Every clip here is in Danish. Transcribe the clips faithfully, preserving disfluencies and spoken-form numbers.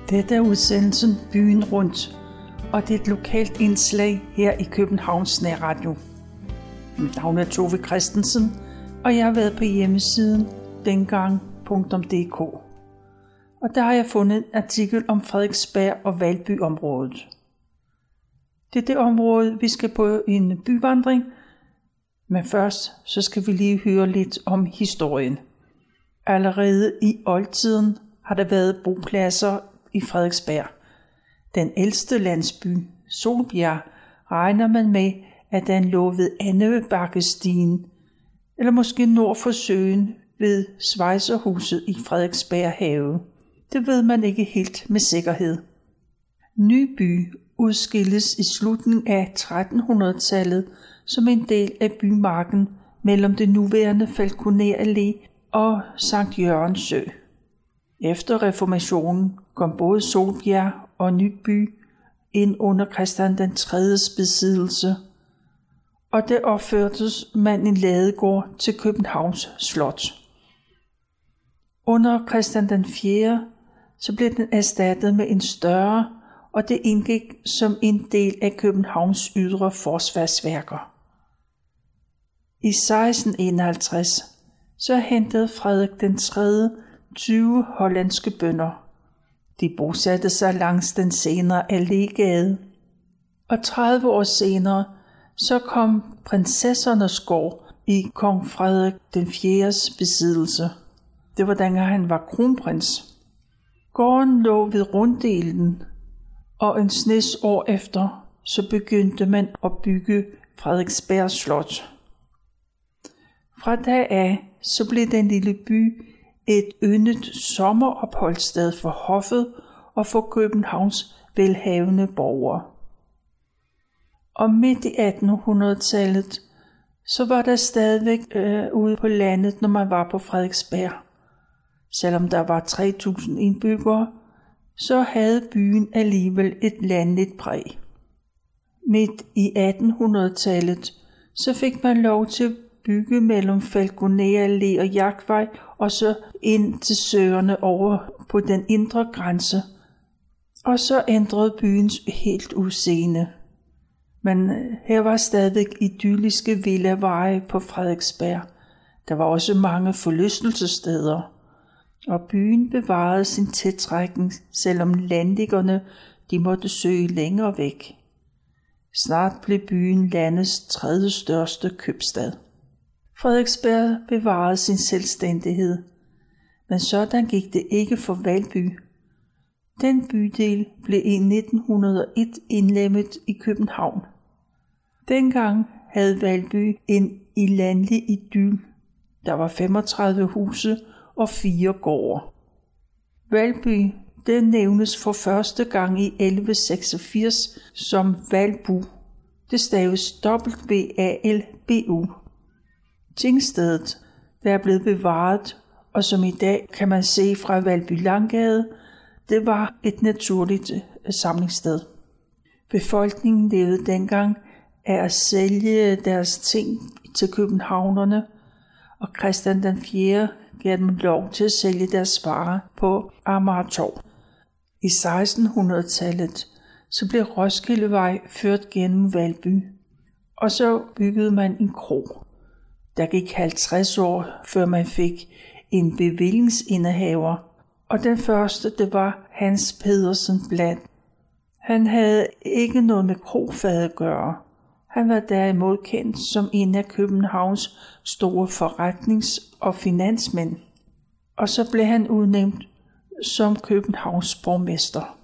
Dette er udsendelsen Byen Rundt, og det er et lokalt indslag her i Københavns Nærradio. Mit navn er Tove Christensen, og jeg har været på hjemmesiden dengang punktum d k. Og der har jeg fundet en artikel om Frederiksberg og Valby-området. Det er det område, vi skal på en byvandring, men først så skal vi lige høre lidt om historien. Allerede i oldtiden har der været bopladser i Frederiksberg. Den ældste landsby, Solbjerg, regner man med, at den lå ved Andebakkestien, eller måske nord for søen ved Svejserhuset i Frederiksberg Have. Det ved man ikke helt med sikkerhed. Nyby udskilles i slutningen af trettenhundredetallet som en del af bymarken mellem det nuværende Falkoner Allé og Sankt Jørgens Sø. Efter reformationen kom både Solbjerg og Nyby ind under Christian den tredjes besiddelse, og der opførtes man en ladegård til Københavns Slot. Under Christian den fjerde så blev den erstattet med en større, og det indgik som en del af Københavns ydre forsvarsværker. I seksten enoghalvtreds så hentede Frederik den tredje tyve hollandske bønder. De bosatte sig langs den senere Allégade, og tredive år senere så kom prinsessernes gård i kong Frederik den fjerdes besiddelse. Det var dengang han var kronprins. Gården lå ved Runddelen, og en snes år efter så begyndte man at bygge Frederiksberg Slot. Fra da af så blev den lille by et yndet sommeropholdssted for hoffet og for Københavns velhavende borgere. Og midt i attenhundredetallet så var der stadigvæk øh, ude på landet, når man var på Frederiksberg. Selvom der var tre tusind indbyggere, så havde byen alligevel et landligt præg. Midt i attenhundredetallet så fik man lov til at bygge mellem Falkoner Allé og Jagtvej, og så ind til søerne over på den indre grænse. Og så ændrede byens helt udseende. Men her var stadig idylliske villaveje på Frederiksberg. Der var også mange forlystelsessteder, og byen bevarede sin tiltrækning, selvom landliggerne de måtte søge længere væk. Snart blev byen landets tredje største købstad. Frederiksberg bevarede sin selvstændighed, men sådan gik det ikke for Valby. Den bydel blev i nitten hundrede og en indlemmet i København. Dengang havde Valby en landlig idyl. Der var femogtredive huse og fire gårde. Valby, den nævnes for første gang i elleve seksogfirs som Valbu. Det staves W A L B U. Tingstedet, der er blevet bevaret, og som i dag kan man se fra Valby Langgade, det var et naturligt samlingssted. Befolkningen levede dengang af at sælge deres ting til københavnerne, og Christian den fjerde gav dem lov til at sælge deres varer på Amagertorv. I sekstenhundredetallet så blev Roskildevej ført gennem Valby, og så byggede man en kro. Der gik halvtreds år, før man fik en bevillingsindehaver, og den første, det var Hans Pedersen Blad. Han havde ikke noget med krofad at gøre. Han var derimod kendt som en af Københavns store forretnings- og finansmænd, og så blev han udnævnt som Københavns borgmester.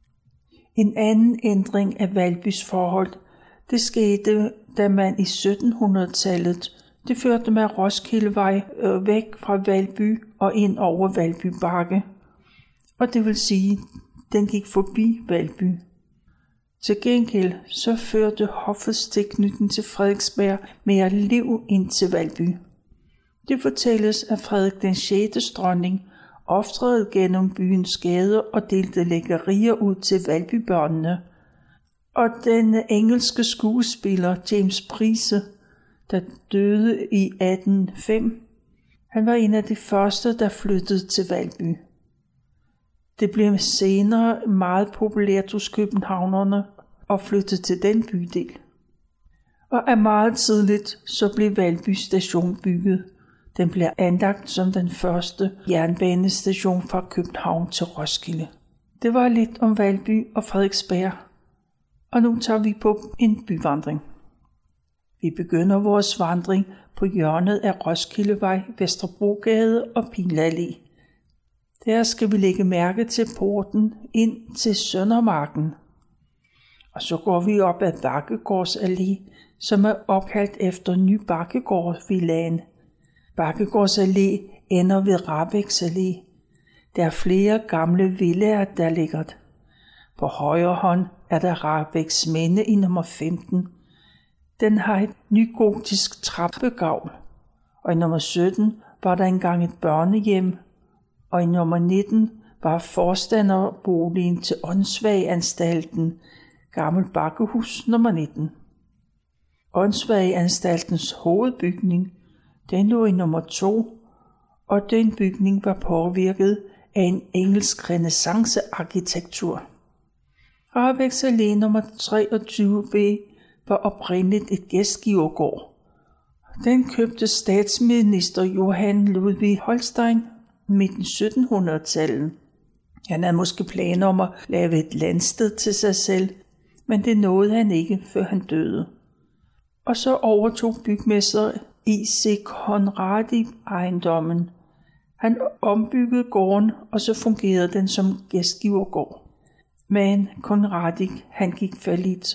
En anden ændring af Valbys forhold, det skete, da man i syttenhundredetallet det førte med Roskildevej øh, væk fra Valby og ind over Valby Bakke. Og det vil sige, den gik forbi Valby. Til gengæld så førte hoffets tilknytning til Frederiksberg mere liv ind til Valby. Det fortælles, at Frederik den sjette dronning optrådte gennem byens gader og delte lækkerier ud til Valbybørnene. Og den engelske skuespiller James Price, der døde i atten nul fem. Han var en af de første, der flyttede til Valby. Det blev senere meget populært hos københavnerne og flyttede til den bydel. Og af meget tidligt så blev Valby station bygget. Den blev anlagt som den første jernbanestation fra København til Roskilde. Det var lidt om Valby og Frederiksberg, og nu tager vi på en byvandring. Vi begynder vores vandring på hjørnet af Roskildevej, Vesterbrogade og Pilallé. Der skal vi lægge mærke til porten ind til Søndermarken. Og så går vi op ad Bakkegårds Allé, som er opkaldt efter Ny Bakkegård-villaen. Bakkegårds Allé ender ved Rahbeks Allé. Der er flere gamle villaer, der ligger. På højre hånd er der Rahbeks Minde i nummer femten. Den har et nygotisk trappegavl. Og i nummer sytten var der engang et børnehjem. Og i nummer nitten var forstanderboligen til Åndssvageanstalten, Gammel Bakkehus nummer nitten. Åndssvageanstaltens hovedbygning, den lå i nummer to, og den bygning var påvirket af en engelsk renæssancearkitektur. Rahbeks Allé nummer treogtyve B var oprindeligt et gæstgivergård. Den købte statsminister Johan Ludvig Holstein midt i syttenhundredetallet. Han havde måske planer om at lave et landsted til sig selv, men det nåede han ikke, før han døde. Og så overtog bygmester I C Conradi ejendommen. Han ombyggede gården, og så fungerede den som gæstgivergård. Men Conradi, han gik fallit.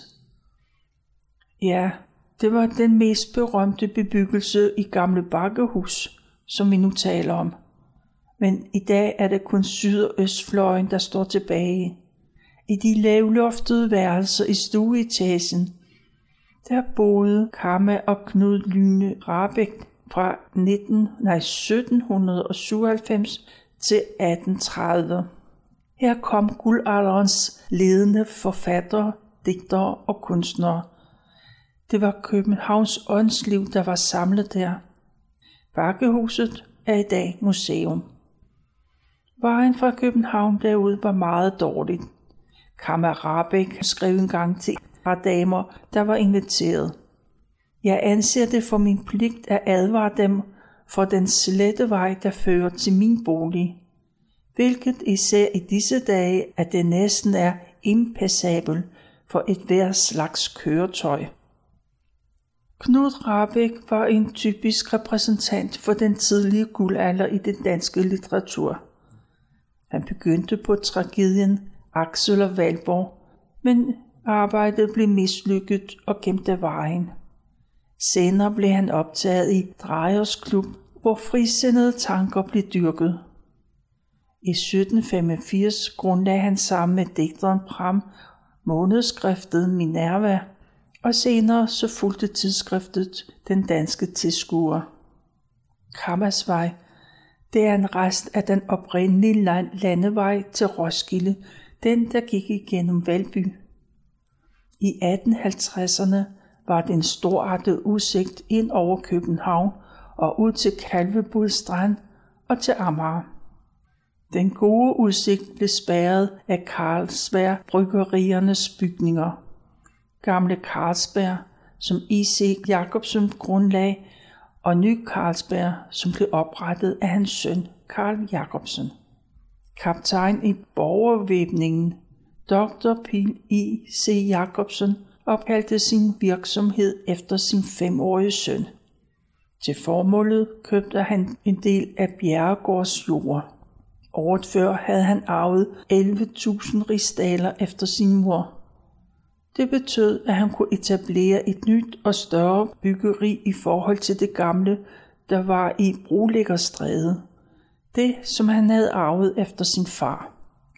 Ja, det var den mest berømte bebyggelse i Gamle Bakkehus, som vi nu taler om. Men i dag er det kun syd- og østfløjen, der står tilbage. I de lavloftede værelser i stueetagen, der boede Kamma og Knud Lyne Rahbek fra nitten, nej, sytten syvoghalvfems til atten tredive. Her kom guldalderens ledende forfattere, digtere og kunstnere. Det var Københavns åndsliv, der var samlet der. Bakkehuset er i dag museum. Vejen fra København derud var meget dårlig. Kamma Rahbek skrev engang til et par damer, der var inviteret. Jeg anser det for min pligt at advare dem for den slette vej, der fører til min bolig, hvilket især i disse dage, at det næsten er impassabel for et hver slags køretøj. Knud Rahbek var en typisk repræsentant for den tidlige guldalder i den danske litteratur. Han begyndte på tragedien Aksel og Valborg, men arbejdet blev mislykket og gemt af vejen. Senere blev han optaget i Drejers Klub, hvor frisindede tanker blev dyrket. I sytten femogfirs grundlagde han sammen med digteren Pram månedskriftet Minerva, og senere så fulgte tidsskriftet Den Danske Tilskuer. Kammas Vej, det er en rest af den oprindelige landevej til Roskilde, den der gik igennem Valby. I atten halvtredserne var det en storartet udsigt ind over København og ud til Kalvebod Strand og til Amager. Den gode udsigt blev spærret af Carlsberg bryggeriernes bygninger. Gamle Carlsberg, som I C Jacobsen grundlagde, og Ny Carlsberg, som blev oprettet af hans søn Carl Jacobsen. Kaptajn i borgervæbningen, doktor Pil I C Jacobsen, opkaldte sin virksomhed efter sin femårige søn. Til formålet købte han en del af Bjerregårds jord. Året før havde han arvet elleve tusind rigsdaler efter sin mor. Det betød, at han kunne etablere et nyt og større byggeri i forhold til det gamle, der var i Brolæggerstræde. Det, som han havde arvet efter sin far.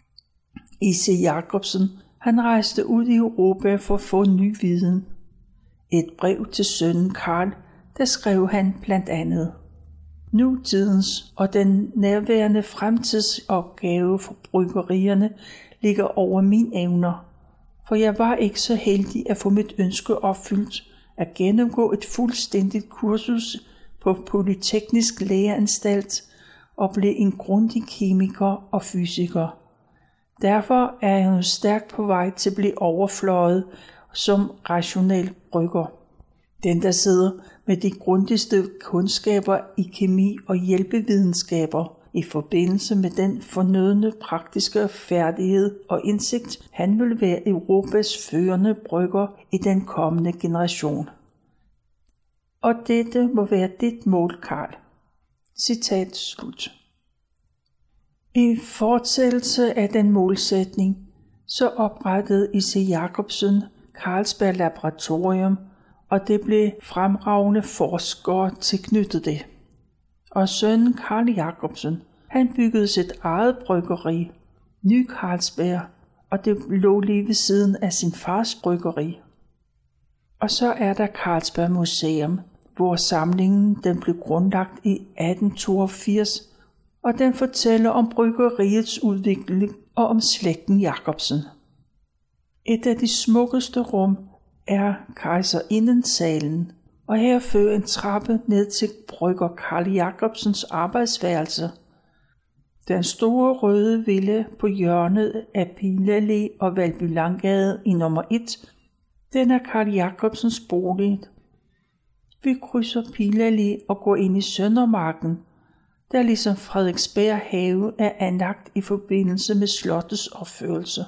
I C Jacobsen, han rejste ud i Europa for at få ny viden. Et brev til sønnen Karl, der skrev han blandt andet: Nutidens og den nærværende fremtidsopgave for bryggerierne ligger over mine evner, for jeg var ikke så heldig at få mit ønske opfyldt at gennemgå et fuldstændigt kursus på Polyteknisk Læreanstalt og blive en grundig kemiker og fysiker. Derfor er jeg nu stærkt på vej til at blive overfløjet som rationel brygger. Den, der sidder med de grundigste kundskaber i kemi og hjælpevidenskaber i forbindelse med den fornødne praktiske færdighed og indsigt, han vil være Europas førende brygger i den kommende generation. Og dette må være dit mål, Karl. Citat slut. I fortsættelse af den målsætning, så oprettede I C. Jacobsen Carlsberg Laboratorium, og det blev fremragende forskere tilknyttet det. Og sønnen Carl Jacobsen, han byggede sit eget bryggeri, Ny Carlsberg, og det lå lige ved siden af sin fars bryggeri. Og så er der Carlsberg Museum, hvor samlingen den blev grundlagt i atten toogfirs, og den fortæller om bryggeriets udvikling og om slægten Jacobsen. Et af de smukkeste rum er Kejserindensalen, og her fører en trappe ned til brygger Carl Jacobsens arbejdsværelse. Den store røde villa på hjørnet af Pilallé og Valby Langgade i nummer et, den er Carl Jacobsens bolig. Vi krydser Pilallé og går ind i Søndermarken, der ligesom Frederiksberg Have er anlagt i forbindelse med slottets opførelse.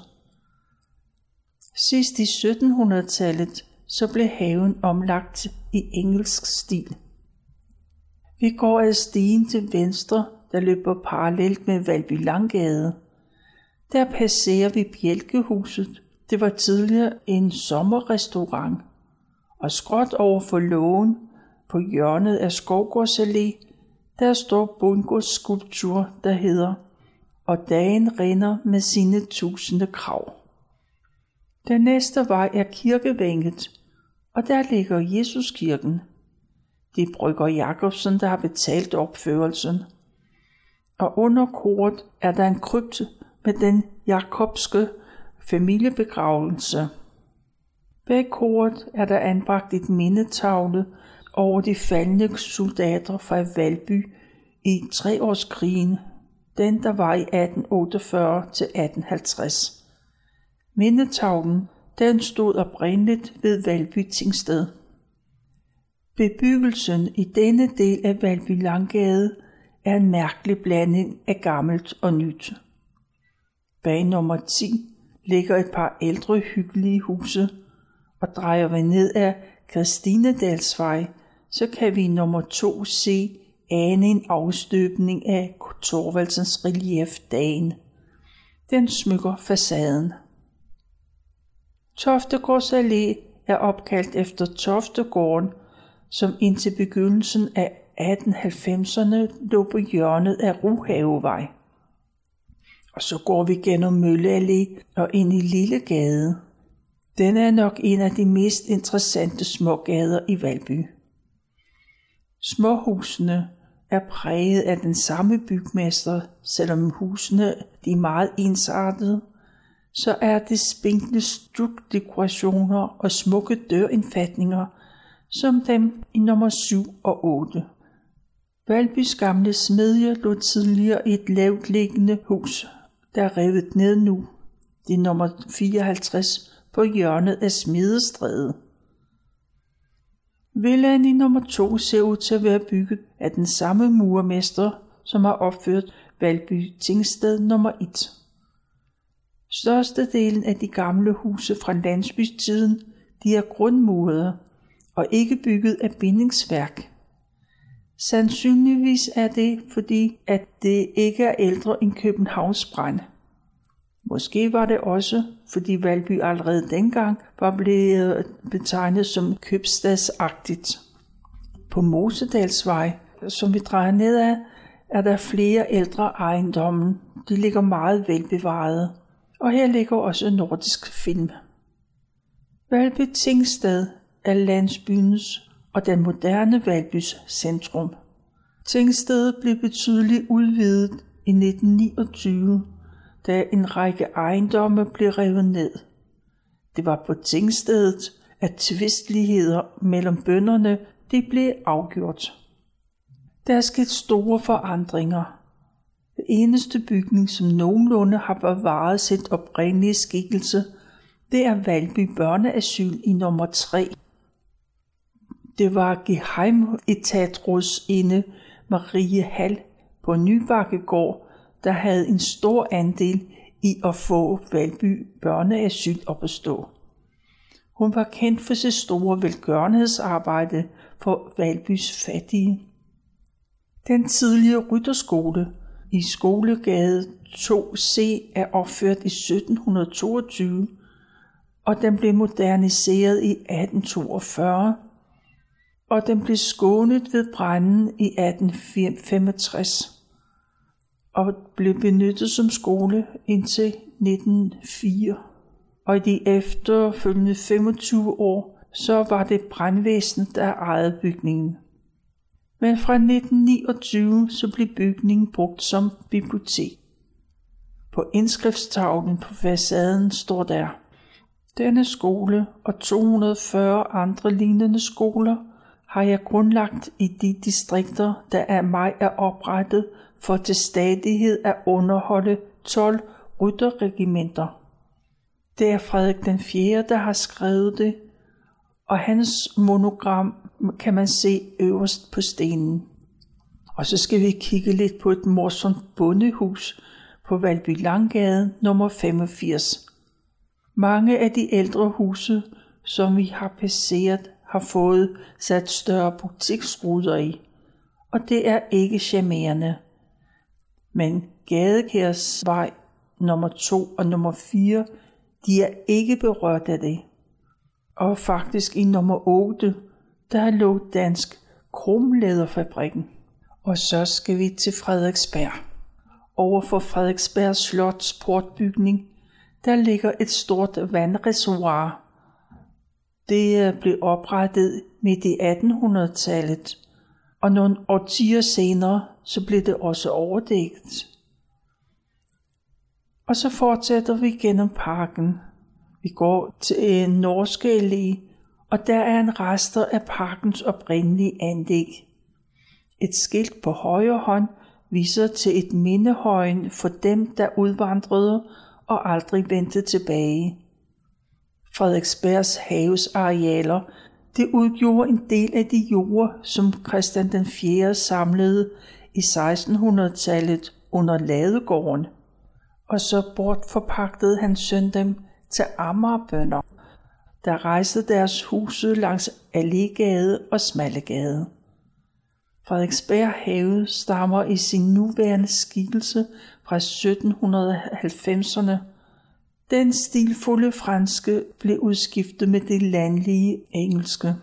Sidst i syttenhundredetallet så blev haven omlagt i engelsk stil. Vi går ad stien til venstre, der løber parallelt med Valby Langgade. Der passerer vi Bjælkehuset. Det var tidligere en sommerrestaurant. Og skråt over for lågen på hjørnet af Skovgårds Allé, der står Bundgaards skulptur, der hedder "Og dagen rinder med sine tusinde krav". Den næste vej er Kirkevænget, og der ligger Jesuskirken. Det er brygger Jacobsen, der har betalt opførelsen. Og under koret er der en krypt med den jakobske familiebegravelse. Bag koret er der anbragt et mindetavle over de faldne soldater fra Valby i treårskrigen, den der var i atten otteogfyrre til atten halvtreds. Mindetavlen, den stod oprindeligt ved Valby Tingsted. Bebyggelsen i denne del af Valby Langgade er en mærkelig blanding af gammelt og nyt. Bag nummer ti ligger et par ældre hyggelige huse, og drejer vi ned ad Christinedalsvej, så kan vi i nummer to se ane en afstøbning af Thorvaldsens relief Dagen. Den smykker facaden. Toftegårds Allé er opkaldt efter Toftegården, som indtil begyndelsen af atten halvfemserne lå på hjørnet af Ruhavevej. Og så går vi gennem Mølle Allé og ind i Lillegade. Den er nok en af de mest interessante smågader i Valby. Småhusene er præget af den samme bygmester, selvom husene de er meget ensartede, så er det spinkle stukdekorationer og smukke dørindfatninger, som dem i nummer syv og otte. Valbys gamle smedje lå tidligere i et lavtliggende hus, der er revet ned nu. Det er nummer fireoghalvtreds på hjørnet af Smedestræde. Villaen i nummer to ser ud til at være bygget af den samme murermester, som har opført Valby Tingsted nummer et. Størstedelen af de gamle huse fra landsbytiden, de er grundmurede og ikke bygget af bindingsværk. Sandsynligvis er det, fordi at det ikke er ældre end Københavns brand. Måske var det også, fordi Valby allerede dengang var blevet betegnet som købstadsagtigt. På Mosedalsvej, som vi drejer nedad, er der flere ældre ejendomme. De ligger meget velbevarede, og her ligger også Nordisk Film. Valby Tingsted er landsbyens og den moderne Valbys centrum. Tingstedet blev betydeligt udvidet i nitten niogtyve, da en række ejendomme blev revet ned. Det var på Tingstedet, at tvistligheder mellem bønderne de blev afgjort. Der er sket store forandringer. Den eneste bygning, som nogenlunde har bevaret sit oprindelige skikkelse, det er Valby Børneasyl i nummer tre. Det var geheimetatsrådsinde Marie Hall på Nybakkegård, der havde en stor andel i at få Valby Børneasyl op at stå. Hun var kendt for sit store velgørenhedsarbejde for Valbys fattige. Den tidligere rytterskole i Skolegade to C er opført i sytten toogtyve, og den blev moderniseret i atten toogfyrre, og den blev skånet ved branden i atten femogtres og blev benyttet som skole indtil nitten nul fire. Og i de efterfølgende femogtyve år, så var det brandvæsenet, der ejede bygningen. Men fra nitten niogtyve så blev bygningen brugt som bibliotek. På indskriftstavlen på facaden står der: Denne skole og to hundrede og fyrre andre lignende skoler har jeg grundlagt i de distrikter, der af mig er oprettet for til stadighed at underholde tolv rytterregimenter. Det er Frederik den fjerde, der har skrevet det, og hans monogram kan man se øverst på stenen. Og så skal vi kigge lidt på et morsomt bondehus på Valby Langgade nummer femogfirs. Mange af de ældre huse, som vi har passeret, har fået sat større butiksruder i, og det er ikke charmerende. Men Gadekærsvej nummer to og nummer fire, de er ikke berørt af det. Og faktisk i nummer otte, der lå Dansk Krumlæderfabrikken. Og så skal vi til Frederiksberg. Over for Frederiksberg Slots portbygning, der ligger et stort vandreservoir. Det blev oprettet midt i attenhundredetallet, og nogle årtier senere, så blev det også overdækket. Og så fortsætter vi gennem parken. Vi går til Norske Allé, og der er en rester af parkens oprindelige anlæg. Et skilt på højre hånd viser til et mindehøjen for dem, der udvandrede og aldrig vendte tilbage. Frederiksbergs haves arealer, det udgjorde en del af de jorder, som Christian den fjerde samlede i sekstenhundredetallet under Ladegården, og så bortforpagtede hans søn dem til Amagerbønder, der rejste deres huse langs Allégade og Smallegade. Frederiksberg have stammer i sin nuværende skikkelse fra sytten halvfemserne. Den stilfulde franske blev udskiftet med det landlige engelske.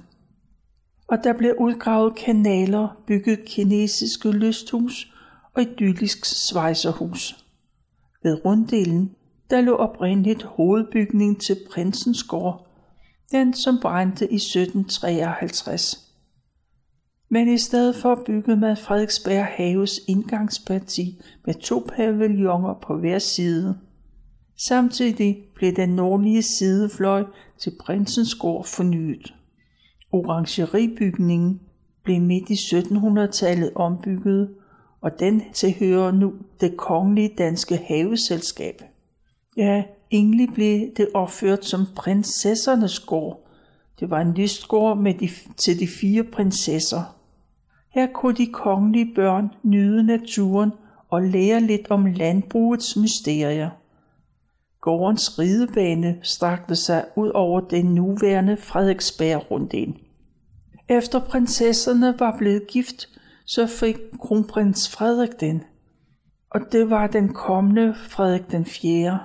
Og der blev udgravet kanaler, bygget kinesiske lysthus og idyllisk svejserhus. Ved runddelen, der lå oprindeligt hovedbygning til Prinsens Gård, den som brændte i sytten treoghalvtreds. Men i stedet for byggede man Frederiksberg Haves indgangsparti med to pavilloner på hver side. Samtidig blev den nordlige sidefløj til Prinsens Gård fornyet. Orangeribygningen blev midt i syttenhundredetallet ombygget, og den tilhører nu det kongelige danske haveselskab. Ja, egentlig blev det opført som prinsessernes gård. Det var en lystgård med de, til de fire prinsesser. Her kunne de kongelige børn nyde naturen og lære lidt om landbrugets mysterier. Gårdens ridebane strakte sig ud over den nuværende Frederiksberg-runddel. Efter prinsesserne var blevet gift, så fik kronprins Frederik den, og det var den kommende Frederik den fjerde.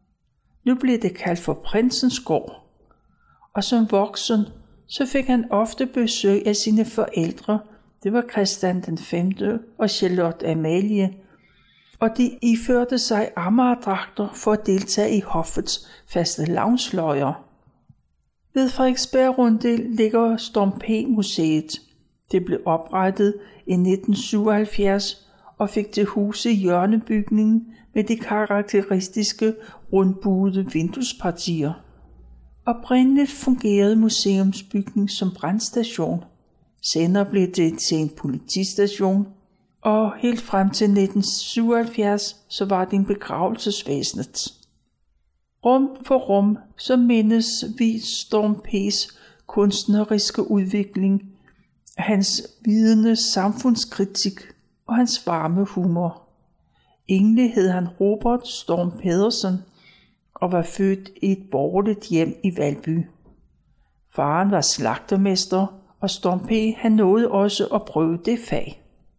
Nu blev det kaldt for Prinsens Gård, og som voksen, så fik han ofte besøg af sine forældre. Det var Christian den femte og Charlotte Amalie, og de iførte sig amagerdragter for at deltage i hoffets fastelavnsløjer. Ved Frederiksberg Runddel ligger Storm P. Museet. Det blev oprettet i nitten syvoghalvfjerds og fik til huse i hjørnebygningen med de karakteristiske rundbuede vinduespartier. Oprindeligt fungerede museumsbygningen som brandstation. Senere blev det til en politistation, og helt frem til nitten syvoghalvfjerds, så var det en begravelsesvæsenet. Rum for rum, så mindes vi Storm P's kunstneriske udvikling, hans vidende samfundskritik og hans varme humor. Egentlig hed han Robert Storm Pedersen og var født i et borgerligt hjem i Valby. Faren var slagtermester, og Storm P. han nåede også at prøve det fag.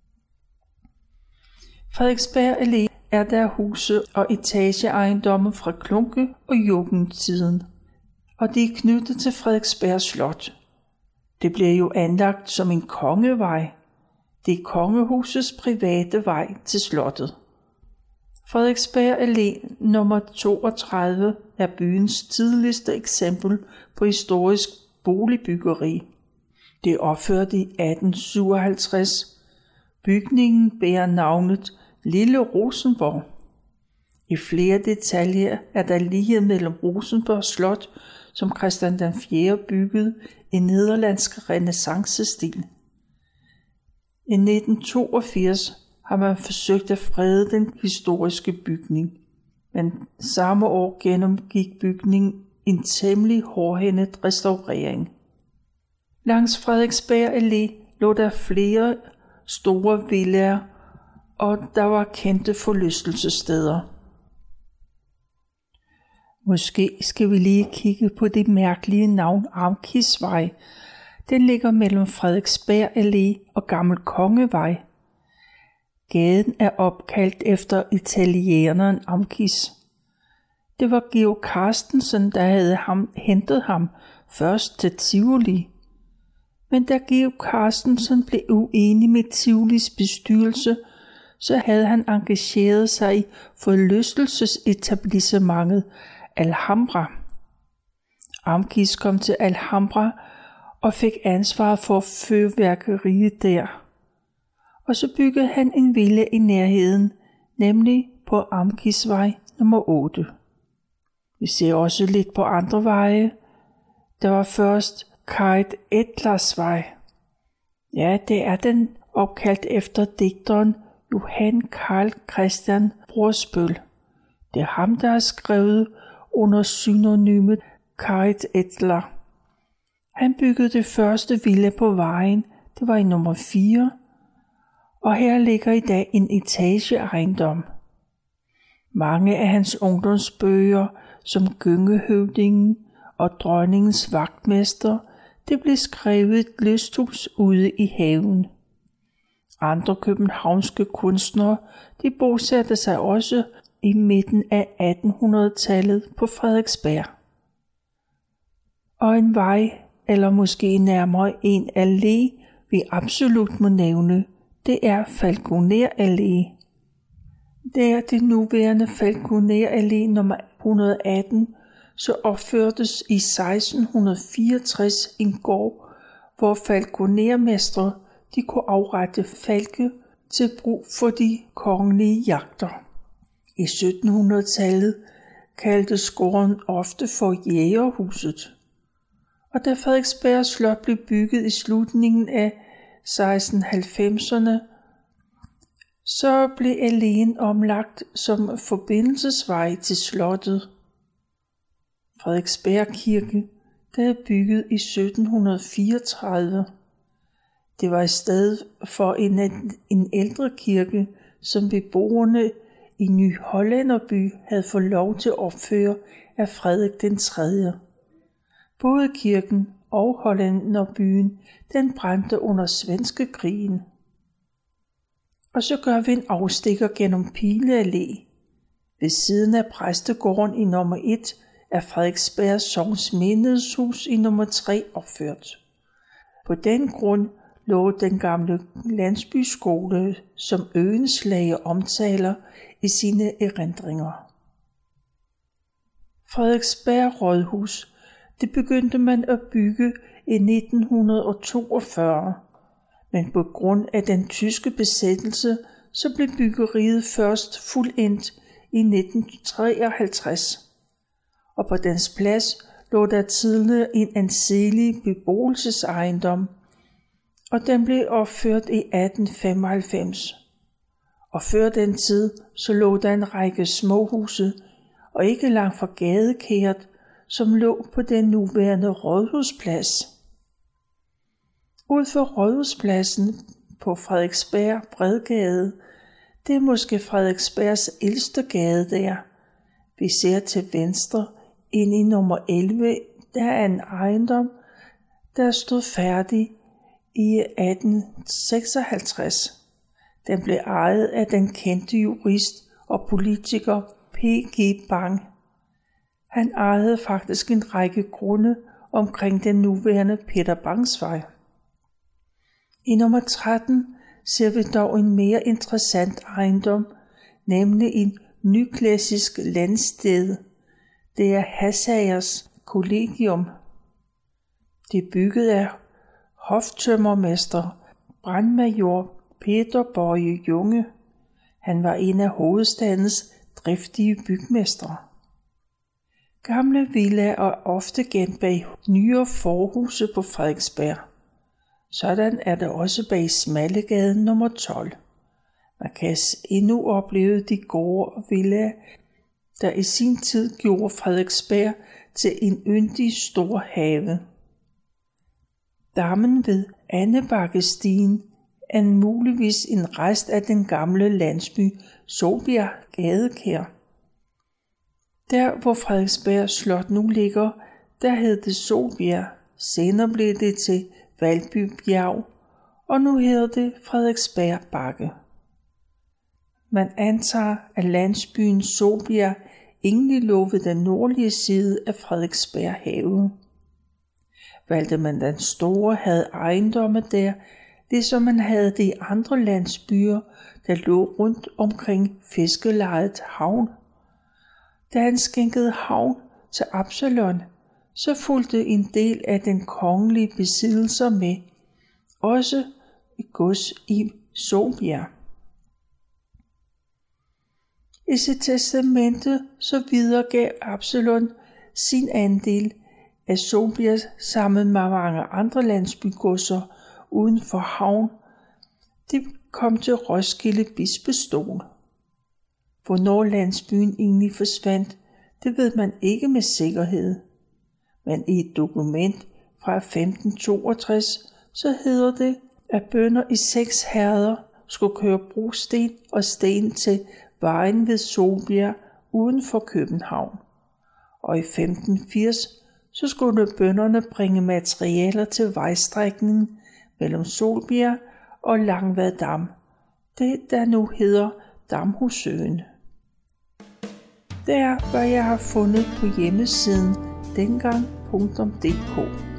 Frederiksberg Allé er der huse og etageejendomme fra Klunke- og Jugendtiden, og de er knyttet til Frederiksberg Slot. Det blev jo anlagt som en kongevej. Det er kongehusets private vej til slottet. Frederiksberg Allé nummer toogtredive er byens tidligste eksempel på historisk boligbyggeri. Det er opført i atten syvoghalvtreds. Bygningen bærer navnet Lille Rosenborg. I flere detaljer er der lighed mellem Rosenborg Slot, som Christian den fjerde byggede i nederlandsk renæssancestil. I nitten toogfirs har man forsøgt at frede den historiske bygning, men samme år gennemgik bygningen en temmelig hårdhændet restaurering. Langs Frederiksberg Allé lå der flere store villaer, og der var kendte forlystelsessteder. Måske skal vi lige kigge på det mærkelige navn Amkisvej. Den ligger mellem Frederiksberg Allé og Gammel Kongevej. Gaden er opkaldt efter italieneren Amkis. Det var Georg Carstensen, der havde ham, hentet ham først til Tivoli. Men da Georg Carstensen blev uenig med Tivolis bestyrelse, så havde han engageret sig i forlystelsesetablissementet Alhambra. Amkis kom til Alhambra og fik ansvaret for fyrværkeriet der. Og så byggede han en villa i nærheden, nemlig på Amkisvej nummer otte. Vi ser også lidt på andre veje. Der var først Kajt Etlarsvej. Ja, det er den opkaldt efter digteren Johan Carl Christian Brorsbøl. Det er ham, der har skrevet under synonymet Kajt Etlar. Han byggede det første villa på vejen. Det var i nummer fire. Og her ligger i dag en etageejendom. Mange af hans ungdomsbøger, som Gyngehøvdingen og Dronningens Vagtmester, det blev skrevet i et lysthus ude i haven. Andre københavnske kunstnere, de bosatte sig også i midten af attenhundredetallet på Frederiksberg. Og en vej, eller måske nærmere en allé, vi absolut må nævne, det er Falconer Allé. Det er det nuværende Falconer Allé nummer et hundrede og atten, så opførtes i seksten fireogtres en gård, hvor falconermestre de kunne afrette falke til brug for de kongelige jagter. I syttenhundredetallet kaldtes gården ofte for Jægerhuset. Og da Frederiksberg Slot blev bygget i slutningen af seksten halvfemserne, så blev alléen omlagt som forbindelsesvej til slottet. Frederiksberg Kirke, der er bygget i sytten fireogtredive. Det var i stedet for en, en ældre kirke, som beboerne i Ny Hollænderby havde fået lov til at opføre af Frederik den tredje. Både kirken og Hollænderbyen, den brændte under Svenskekrigen. Og så gør vi en afstikker gennem Pile Allé. Ved siden af præstegården i nummer et er Frederiksberg Sogns Menighedshus i nummer tre opført. På den grund lå den gamle landsbyskole, som Øenslager omtaler i sine erindringer. Frederiksberg Rådhus, det begyndte man at bygge i nitten toogfyrre, men på grund af den tyske besættelse, så blev byggeriet først fuldendt i nitten treoghalvtreds. Og på dens plads lå der tidligere en anselig beboelsesejendom, og den blev opført i atten femoghalvfems. Og før den tid, så lå der en række småhuse, og ikke langt fra gadekæret, som lå på den nuværende Rådhusplads. Ud for Rådhuspladsen på Frederiksberg Bredgade, det er måske Frederiksbergs ældste gade der. Vi ser til venstre ind i nummer elleve, der er en ejendom, der stod færdig i atten seksoghalvtreds. Den blev ejet af den kendte jurist og politiker P G Bang. Han ejede faktisk en række grunde omkring den nuværende Peter Bangs Vej. I nummer tretten ser vi dog en mere interessant ejendom, nemlig en nyklassisk landsted. Det er Hassagers Kollegium. Det er bygget af hoftømmermester brandmajor Peter Bøje Junge. Han var en af hovedstadens driftige bygmestre. Gamle villaer er ofte gemt bag nyere forhuse på Frederiksberg. Sådan er det også bag Smallegade nummer tolv. Man kan endnu opleve de gårde og villaer, der i sin tid gjorde Frederiksberg til en yndig stor have. Dammen ved Annebakkestien er muligvis en rest af den gamle landsby Solbjerg Gadekær. Der hvor Frederiksberg Slot nu ligger, der hed det Solbjerg, senere blev det til Valby Bjerg, og nu hedder det Frederiksberg Bakke. Man antager, at landsbyen Solbjerg egentlig lå ved den nordlige side af Frederiksberg Have. Valdemar den Store havde ejendomme der, ligesom man havde det i andre landsbyer, der lå rundt omkring fiskelejet havn. Da han skænkede havn til Absalon, så fulgte en del af den kongelige besiddelser med, også et gods i Solbjerg. I sit testamente så videregav Absalon sin andel af Solbjerg sammen med mange andre landsbygodser uden for havn. Det kom til Roskilde Bispestol. Hvornår landsbyen egentlig forsvandt, det ved man ikke med sikkerhed. Men i et dokument fra femten toogtres, så hedder det, at bønder i seks herreder skulle køre brosten og sten til vejen ved Solbjerg uden for København. Og i femten firs, så skulle bønderne bringe materialer til vejstrækningen mellem Solbjerg og Langvad Dam, det der nu hedder Damhussøen. Det er, hvad jeg har fundet på hjemmesiden dengang punktum d k.